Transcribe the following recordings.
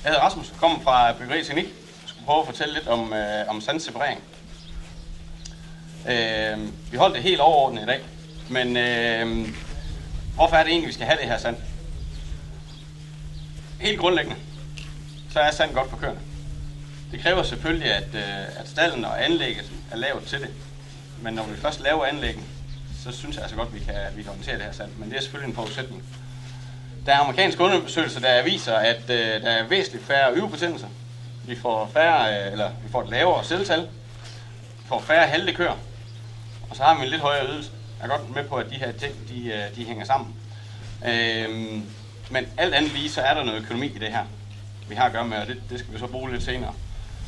Jeg hedder Rasmus, kommer fra Byggeri Teknik. Jeg skulle prøve at fortælle lidt om sandseparering. Vi holdt det helt overordnet i dag, men hvorfor er det egentlig, vi skal have det her sand? Helt grundlæggende, så er sand godt for køerne. Det kræver selvfølgelig, at stallen og anlægget er lavet til det. Men når vi først laver anlægget, så synes jeg altså godt, at vi kan håndtere det her sand. Men det er selvfølgelig en forudsætning. Der er amerikanske undersøgelser, der viser, at der er væsentligt færre øvebetændelser. Vi får et lavere celletal. Vi får færre halte køer. Og så har vi en lidt højere ydelse. Jeg er godt med på, at de her ting, de hænger sammen. Men alt andet lige, så er der noget økonomi i det her, vi har at gøre med, og det skal vi så bruge lidt senere.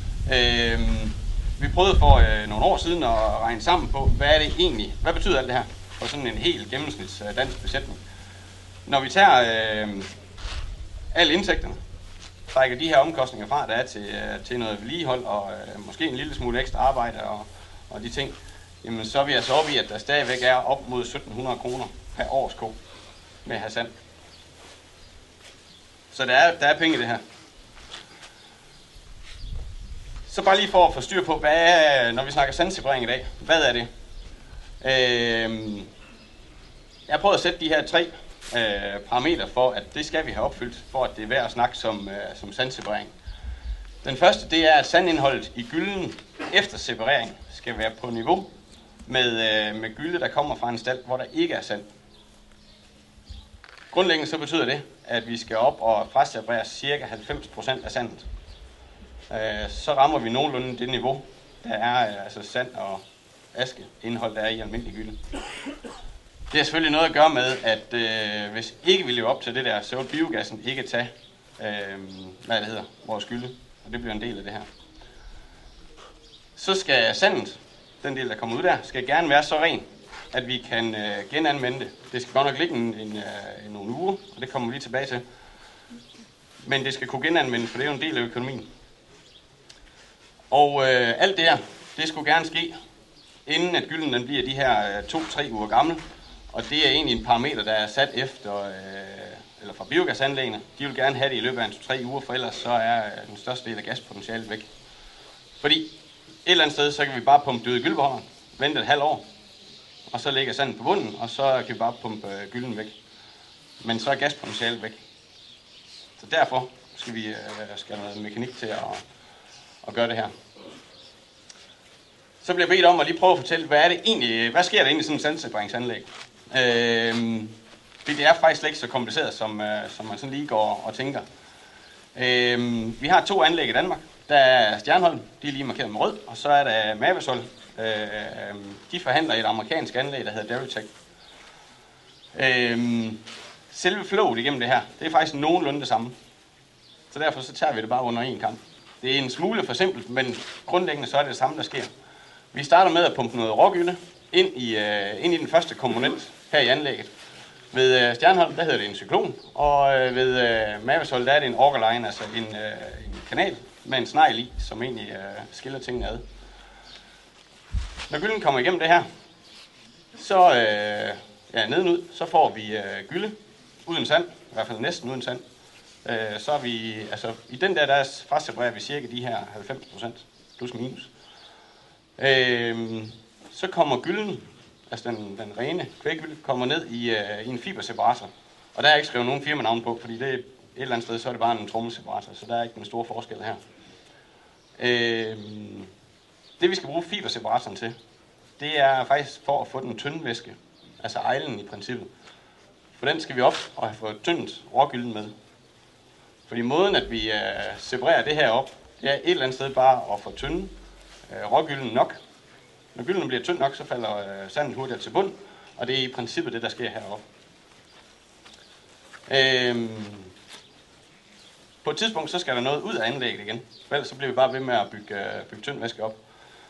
Vi prøvede for nogle år siden at regne sammen på, hvad er det egentlig, hvad betyder alt det her for sådan en helt gennemsnits dansk besætning. Når vi tager alle indtægterne, trækker de her omkostninger fra, der er til noget vedligehold og måske en lille smule ekstra arbejde og de ting, jamen så er vi altså oppe i, at der stadigvæk er op mod 1.700 kroner per årsko med at have sand. Så der er penge i det her. Så bare lige for at få styr på, når vi snakker sandseparering i dag, hvad er det? Jeg har prøvet at sætte de her 3 parametre for, at det skal vi have opfyldt, for at det er værd at snakke som sandseparering. Den første, det er, at sandindholdet i gylden efter separering skal være på niveau med gylde, der kommer fra en stald, hvor der ikke er sand. Grundlæggende så betyder det, at vi skal op og fraseparere ca. 90% af sandet. Så rammer vi nogenlunde det niveau, der er altså sand og aske indhold, der er i almindelig gylde. Det har selvfølgelig noget at gøre med, at hvis ikke vi lever op til det der, så vil biogassen ikke tage vores gylde, og det bliver en del af det her. Så skal sandet, den del der kommer ud der, skal gerne være så ren, at vi kan genanvende det. Det skal godt nok ligge nogle uger, og det kommer vi lige tilbage til. Men det skal kunne genanvendes, for det er jo en del af økonomien. Og alt det her, det skulle gerne ske, inden at gylden den bliver de her 2-3 uger gammel. Og det er egentlig en parameter, der er sat efter, eller fra biogasanlæggene. De vil gerne have det i løbet af 2-3 uger, for ellers så er den største del af gaspotentialet væk. Fordi et eller andet sted, så kan vi bare pumpe det ud i gyldebeholderen, vente et halvt år, og så lægger sandet på bunden, og så kan vi bare pumpe gylden væk. Men så er gaspotentialet væk. Så derfor skal vi have noget mekanik til at gøre det her. Så bliver jeg bedt om at lige prøve at fortælle, hvad sker der egentlig i sådan en sandsepareringsanlæg? Det er faktisk slet ikke så kompliceret, som man sådan lige går og tænker. Vi har 2 anlæg i Danmark. Der er Stjernholm, de er lige markeret med rød, og så er der Mavesol. De forhandler i et amerikansk anlæg, der hedder Derytech. Selve flowet igennem det her, det er faktisk nogenlunde det samme. Så derfor så tager vi det bare under en kamp. Det er en smule for simpelt, men grundlæggende så er det det samme, der sker. Vi starter med at pumpe noget rågylde ind i den første komponent her i anlægget. Ved Stjernholm, der hedder det en cyklon, og ved Mavesol, der er det en augerline, altså en kanal med en snegl i, som egentlig skiller tingene ad. Når gylden kommer igennem det her, så nedenud, så får vi gylde uden sand, i hvert fald næsten uden sand. Så er vi, altså i den der fraseparerer vi cirka de her 90%, plus minus. Så kommer gylden, altså den rene kvæggylde, kommer ned i en fiberseparator. Og der er ikke skrevet nogen firmanavn på, fordi det er et eller andet sted, så er det bare en trommelseparator, så der er ikke den store forskel her. Det vi skal bruge fiberseparatoren til, det er faktisk for at få den tynde væske, altså ejlen i princippet. For den skal vi op og have fået tyndt rågylden med. Fordi måden, at vi separerer det her op, det er et eller andet sted bare at få tynde rågylden nok. Når gylden bliver tynd nok, så falder sandet hurtigt til bund, og det er i princippet det, der sker heroppe. På et tidspunkt, så skal der noget ud af anlægget igen. Ellers så bliver vi bare ved med at bygge tynd væske op.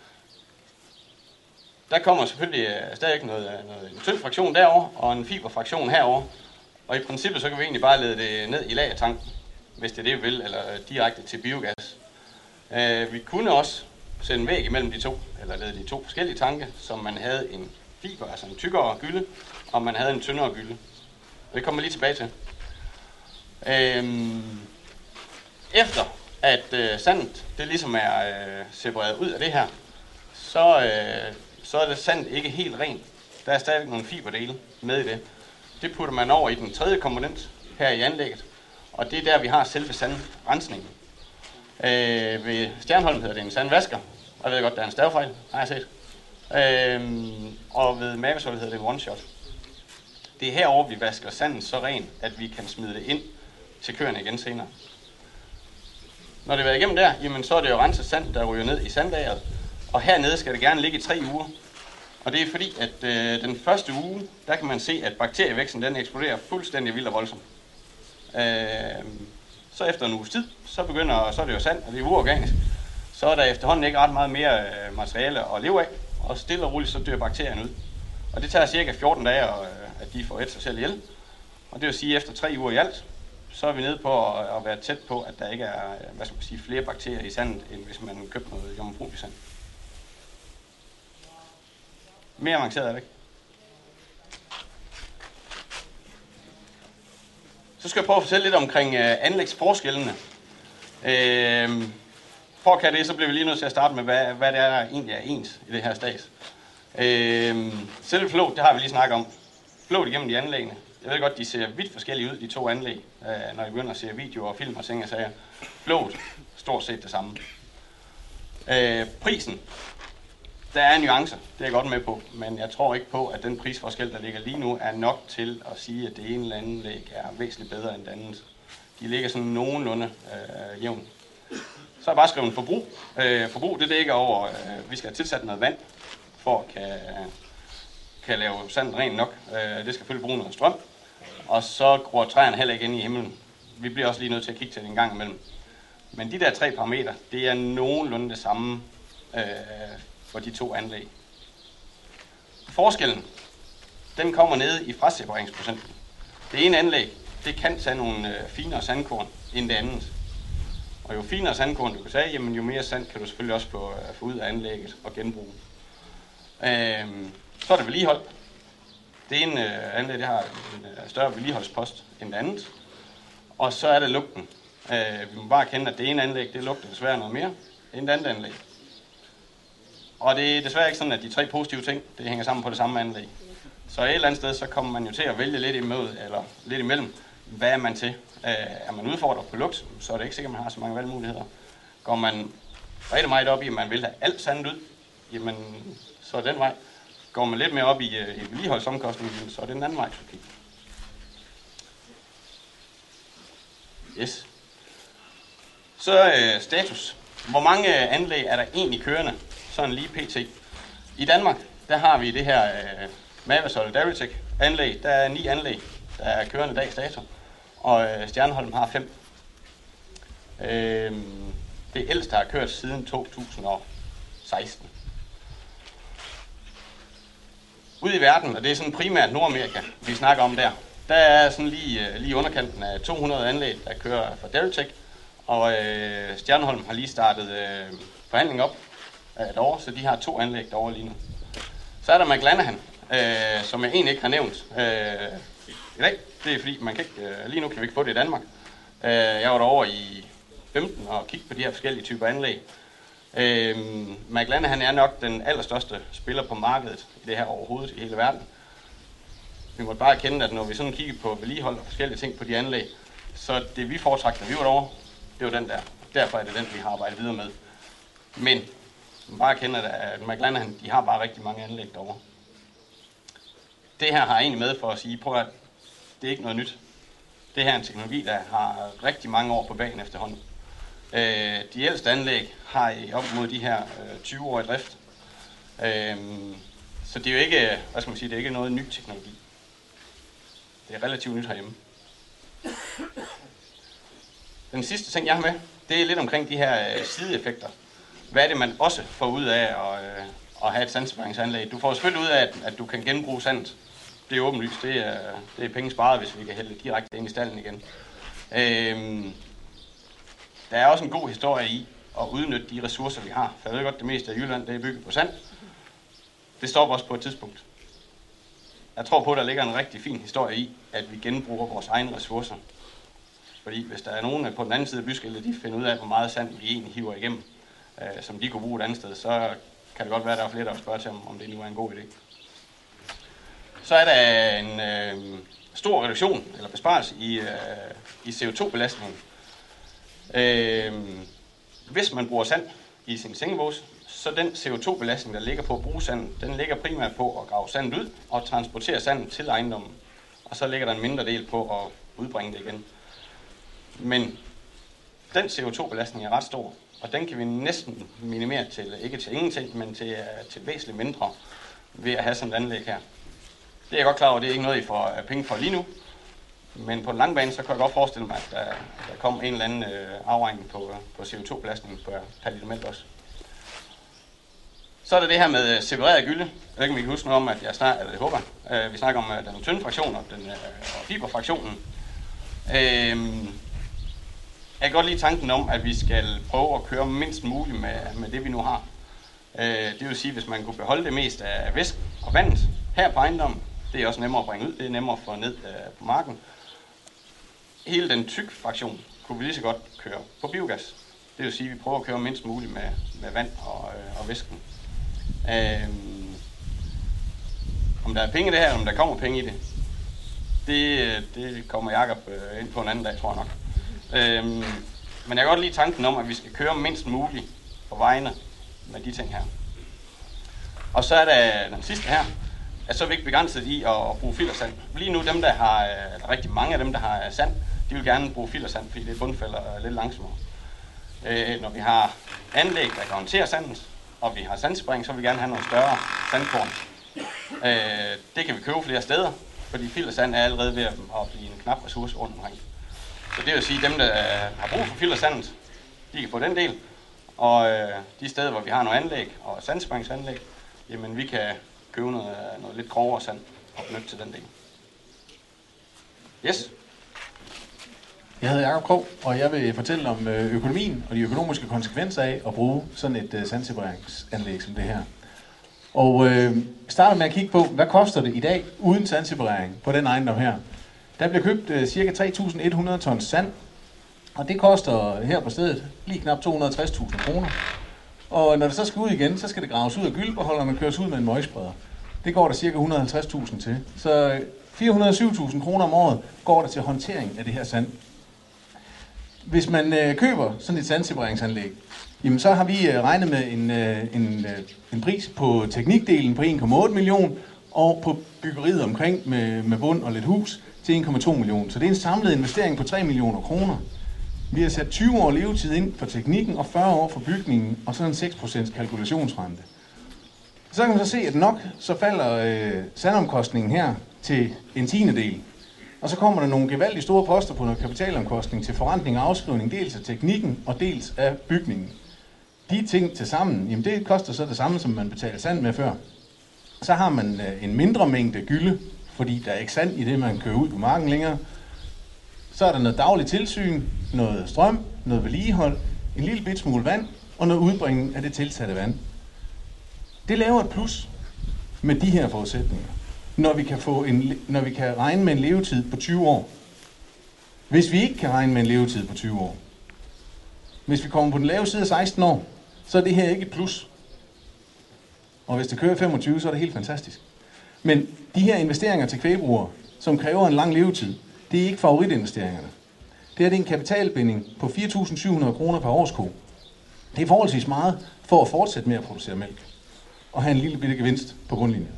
Der kommer selvfølgelig stadig en tynd fraktion derover og en fiberfraktion herover. Og i princippet, så kan vi egentlig bare lede det ned i lagertanken, hvis det er det, vi vil, eller direkte til biogas. Vi kunne også sætte en væg imellem de to, eller lede de 2 forskellige tanke, som man havde en fiber, altså en tykkere gylde, og man havde en tyndere gylde. Og det kommer lige tilbage til. Efter at sandet det ligesom er separeret ud af det her, så er det sandet ikke helt rent. Der er stadig nogle fiberdele med i det. Det putter man over i den tredje komponent her i anlægget, og det er der, vi har selve sandrensningen. Ved Stjernholm hedder det en sandvasker, og jeg ved godt, der er en stavefejl, har jeg set. Og ved Mavesol hedder det en one-shot. Det er herover vi vasker sandet så rent, at vi kan smide det ind til køerne igen senere. Når det er været igennem der, jamen så er det jo renset sand, der ryger ned i sandlageret. Og hernede skal det gerne ligge i 3 uger. Og det er fordi, at den første uge, der kan man se, at bakterievæksten den eksploderer fuldstændig vildt og voldsomt. Så efter en uges tid, så er det jo sand, og det er uorganisk. Så er der efterhånden ikke ret meget mere materiale at leve af, og stille og roligt så dør bakterien ud. Og det tager cirka 14 dage, at de får et sig selv ihjel. Og det vil sige, at efter 3 uger i alt, så er vi nede på at være tæt på, at der ikke er flere bakterier i sandet, end hvis man købte noget jomfruelig sand. Mere avanceret er det ikke. Så skal jeg prøve at fortælle lidt omkring anlægsforskellene. For at kan det, så bliver vi lige nødt til at starte med, hvad det er, der egentlig er ens i det her stads. Selve flowet, det har vi lige snakket om. Flowet igennem de anlæggene. Jeg ved godt, de ser vidt forskellige ud, de to anlæg, når I begynder at se videoer og film og ting og sager. Flowet, stort set det samme. Prisen, der er nuancer, det er jeg godt med på, men jeg tror ikke på, at den prisforskel, der ligger lige nu, er nok til at sige, at det ene eller andet anlæg er væsentligt bedre end det andet. De ligger sådan nogenlunde jævn. Så er jeg bare skrevet forbrug. Forbrug, det dækker over, vi skal have tilsat noget vand, for at kan lave sandet rent nok. Det skal selvfølgelig bruge noget strøm. Og så gror træerne heller ikke ind i himlen. Vi bliver også lige nødt til at kigge til det en gang imellem. Men de der 3 parametre, det er nogenlunde det samme for de to anlæg. Forskellen, den kommer nede i frasepareringsprocenten. Det ene anlæg, det kan tage nogle finere sandkorn end det andet. Og jo finere sandkorn du kan tage, jamen jo mere sand kan du selvfølgelig også få ud af anlægget og genbruge. Så er det vedligehold. Det ene anlæg, det har en større vedligeholdspost end det andet. Og så er det lugten. Vi må bare kende, at det ene anlæg, det lugter desværre noget mere end det andet anlæg. Og det er desværre ikke sådan, at de 3 positive ting, det hænger sammen på det samme anlæg. Så et eller andet sted, så kommer man jo til at vælge lidt imellem, hvad er man til. Er man udfordret på lugt, så er det ikke sikkert, at man har så mange valgmuligheder. Går man rigtig meget op i, at man vil have alt sandet ud, jamen så er den vej. Går man lidt mere op i vedligeholdsomkostningen, så er det den anden vej, okay. Yes. Så status. Hvor mange anlæg er der egentlig kørende? Sådan lige pt. I Danmark, der har vi det her Mavesol Darytech anlæg. Der er 9 anlæg, der er kørende dags dato. Og Stjernholm har 5. Det ældste har kørt siden 2016. Ude i verden, og det er sådan primært Nordamerika, vi snakker om der er sådan lige underkanten af 200 anlæg, der kører fra Darytech. Og Stjernholm har lige startet forhandling op derovre, så de har 2 anlæg derovre lige nu. Så er der McLanahan, som jeg egentlig ikke har nævnt i dag. Det er fordi, man kan ikke, lige nu kan vi ikke få det i Danmark. Jeg var derovre i 15 og kiggede på de her forskellige typer anlæg. McLanahan er nok den allerstørste spiller på markedet i det her overhovedet i hele verden. Vi må bare erkende, at når vi sådan kigger på vedligehold og forskellige ting på de anlæg, så det vi foretrækker, når vi var derovre, det var den der. Derfor er det den, vi har arbejdet videre med. Men vi må bare erkende, at McLanahan, de har bare rigtig mange anlæg derovre. Det her har jeg egentlig med for at sige, prøv at det er ikke noget nyt. Det her er en teknologi, der har rigtig mange år på banen efterhånden. De ældste anlæg har op mod de her 20 år i drift. Så det er jo ikke, det er ikke noget ny teknologi. Det er relativt nyt herhjemme. Den sidste ting, jeg har med, det er lidt omkring de her sideeffekter. Hvad er det, man også får ud af at have et sandsepareringsanlæg? Du får selvfølgelig ud af, at du kan genbruge sandet. Det er åbenlyst. Det er penge sparet, hvis vi kan hælde direkte ind i stallen igen. Der er også en god historie i at udnytte de ressourcer, vi har. For jeg ved godt, det meste af Jylland det er bygget på sand. Det stopper også på et tidspunkt. Jeg tror på, at der ligger en rigtig fin historie i, at vi genbruger vores egne ressourcer. Fordi hvis der er nogen på den anden side af byskiltet, de finder ud af, hvor meget sand vi egentlig hiver igennem, som de kunne bruge et andet sted, så kan det godt være, at der er flere, der vil spørge til, om det nu er en god idé. Så er der en stor reduktion, eller besparelse i CO2-belastningen. Hvis man bruger sand i sin sengebås, så den CO2-belastning, der ligger på at bruge sand, den ligger primært på at grave sandet ud og transportere sandet til ejendommen. Og så ligger der en mindre del på at udbringe det igen. Men den CO2-belastning er ret stor, og den kan vi næsten minimere til, ikke til ingenting, men til væsentligt mindre ved at have sådan et anlæg her. Det er jeg godt klar over, det er ikke noget, I får penge for lige nu. Men på den lange bane, så kan jeg godt forestille mig, at der kommer en eller anden afregning på CO2-belastningen per liter mælk også. Så er der det her med separeret gylde. Jeg ved ikke, om I kan huske noget om, at jeg håber, vi snakker om den tynde fraktion og fiberfraktionen. Jeg kan godt lide tanken om, at vi skal prøve at køre mindst muligt med det, vi nu har. Det vil sige, hvis man kunne beholde det mest af væsken og vandet her på ejendommen, det er også nemmere at bringe ud, det er nemmere at få ned på marken. Hele den tyk fraktion kunne vi lige så godt køre på biogas. Det vil sige, at vi prøver at køre mindst muligt med vand og væsken. Om der er penge i det her, om der kommer penge i det, det kommer Jakob ind på en anden dag, tror jeg nok. Men jeg kan godt lide tanken om, at vi skal køre mindst muligt på vejene med de ting her. Og så er der den sidste her, at så er vi ikke begrænset i at bruge filtersand. Lige nu, rigtig mange af dem, der har sand, de vil gerne bruge filtersand, fordi det bundfælder lidt langsommere. Når vi har anlæg, der kan håndtere sandet, og vi har sandspring, så vil vi gerne have noget større sandkorn. Det kan vi købe flere steder, fordi filtersand er allerede ved at blive en knap ressource rundt omkring. Så det vil sige, at dem, der har brug for filtersandet, de kan få den del. Og de steder, hvor vi har noget anlæg og sandspringsanlæg, jamen vi kan købe noget lidt grovere sand og benytte til den del. Yes. Jeg hedder Jakob Krog, og jeg vil fortælle om økonomien og de økonomiske konsekvenser af at bruge sådan et sandsepareringsanlæg som det her. Og starter med at kigge på, hvad koster det i dag uden sandseparering på den ejendom her. Der bliver købt ca. 3.100 tons sand, og det koster her på stedet lige knap 260.000 kroner. Og når det så skal ud igen, så skal det graves ud af gyldebeholderen og køres ud med en møgspreder. Det går der ca. 150.000 til. Så 407.000 kroner om året går der til håndtering af det her sand. Hvis man køber sådan et sandsepareringsanlæg, jamen så har vi regnet med en pris på teknikdelen på 1,8 million og på byggeriet omkring med bund og lidt hus til 1,2 millioner. Så det er en samlet investering på 3 millioner kroner. Vi har sat 20 år levetid ind for teknikken og 40 år for bygningen og så en 6% kalkulationsrente. Så kan man så se, at nok så falder sandomkostningen her til en tiendedel. Og så kommer der nogle gevaldigt store poster på noget kapitalomkostning til forrentning og afskrivning, dels af teknikken og dels af bygningen. De ting til sammen, jamen det koster så det samme, som man betaler sand med før. Så har man en mindre mængde gylde, fordi der er ikke sand i det, man kører ud på marken længere. Så er der noget dagligt tilsyn, noget strøm, noget vedligehold, en lille bit smule vand og noget udbringning af det tilsatte vand. Det laver et plus med de her forudsætninger, når vi kan regne med en levetid på 20 år. Hvis vi ikke kan regne med en levetid på 20 år, hvis vi kommer på den lave side af 16 år, så er det her ikke et plus. Og hvis det kører 25, så er det helt fantastisk. Men de her investeringer til kvægbrugere, som kræver en lang levetid, det er ikke favoritinvesteringerne. Det er en kapitalbinding på 4.700 kroner per årsko. Det er forholdsvis meget for at fortsætte med at producere mælk og have en lille bitte gevinst på bundlinjen.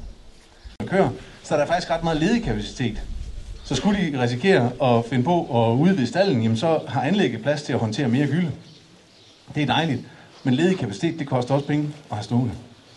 Så er der faktisk ret meget ledig kapacitet. Så skulle de risikere at finde på at udvide stallen, jamen så har anlægget plads til at håndtere mere gylde. Det er dejligt, men ledig kapacitet, det koster også penge at have stående.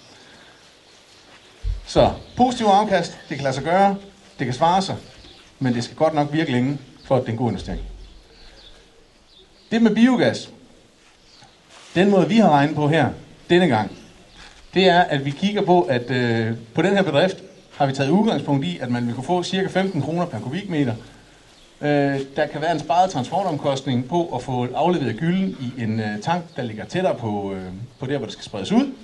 Så positiv afkast, det kan lade sig gøre, det kan svare sig, men det skal godt nok virke længe, for at det er en god investering. Det med biogas, den måde vi har regnet på her, denne gang, det er, at vi kigger på, at på den her bedrift har vi taget udgangspunkt i, at man vil kunne få ca. 15 kroner per kubikmeter. Der kan være en sparet transportomkostning på at få afleveret gylden i en tank, der ligger tættere på der, hvor det skal spredes ud.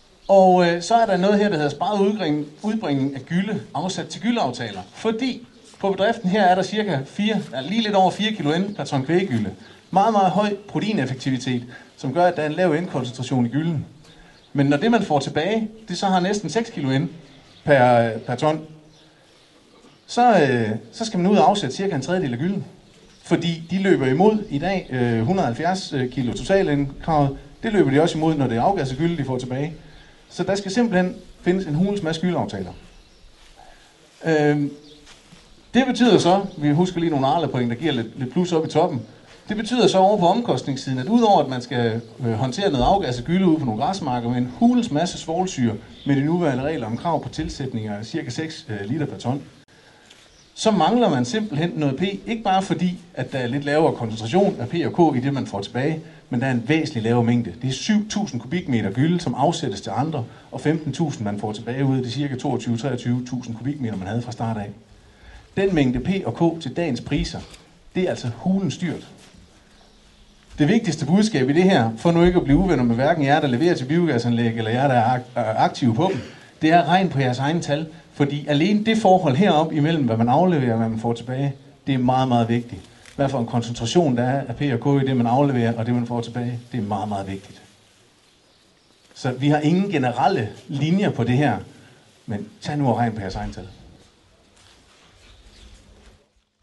Og så er der noget her, der hedder sparet udbringning af gylde afsat til gyldeaftaler. Fordi På bedriften her er der cirka lige lidt over 4 kilo N per ton kvæggylde. Meget, meget høj proteineffektivitet, som gør, at der er en lav N-koncentration i gylden. Men når det, man får tilbage, det så har næsten 6 kilo N per ton, så skal man ud og afsætte cirka en tredjedel af gylden. Fordi de løber imod i dag 170 kilo total-N-kravet. Det løber de også imod, når det er afgasset gylde, de får tilbage. Så der skal simpelthen findes en hulens masse gyldeaftaler. Det betyder så, vi husker lige nogle Arla-point, der giver lidt plus op i toppen. Det betyder så over på omkostningssiden, at udover at man skal håndtere noget afgasset gylde ude på nogle græsmarker med en hulens masse svovlsyre med de nuværende regler om krav på tilsætning af ca. 6 liter per ton, så mangler man simpelthen noget P, ikke bare fordi, at der er lidt lavere koncentration af P og K i det, man får tilbage, men der er en væsentlig lavere mængde. Det er 7.000 kubikmeter gylde, som afsættes til andre, og 15.000 man får tilbage ud af de ca. 22-23.000 kubikmeter, man havde fra start af. Den mængde P og K til dagens priser, det er altså hulens dyrt. Det vigtigste budskab i det her, for nu ikke at blive uvenner med hverken jer, der leverer til biogasanlæg, eller jer, der er aktive på dem, det er regn på jeres egne tal. Fordi alene det forhold heroppe imellem, hvad man afleverer og hvad man får tilbage, det er meget, meget vigtigt. Hvad for en koncentration der er af P og K i det, man afleverer, og det, man får tilbage, det er meget, meget vigtigt. Så vi har ingen generelle linjer på det her, men tag nu og regn på jeres egne tal.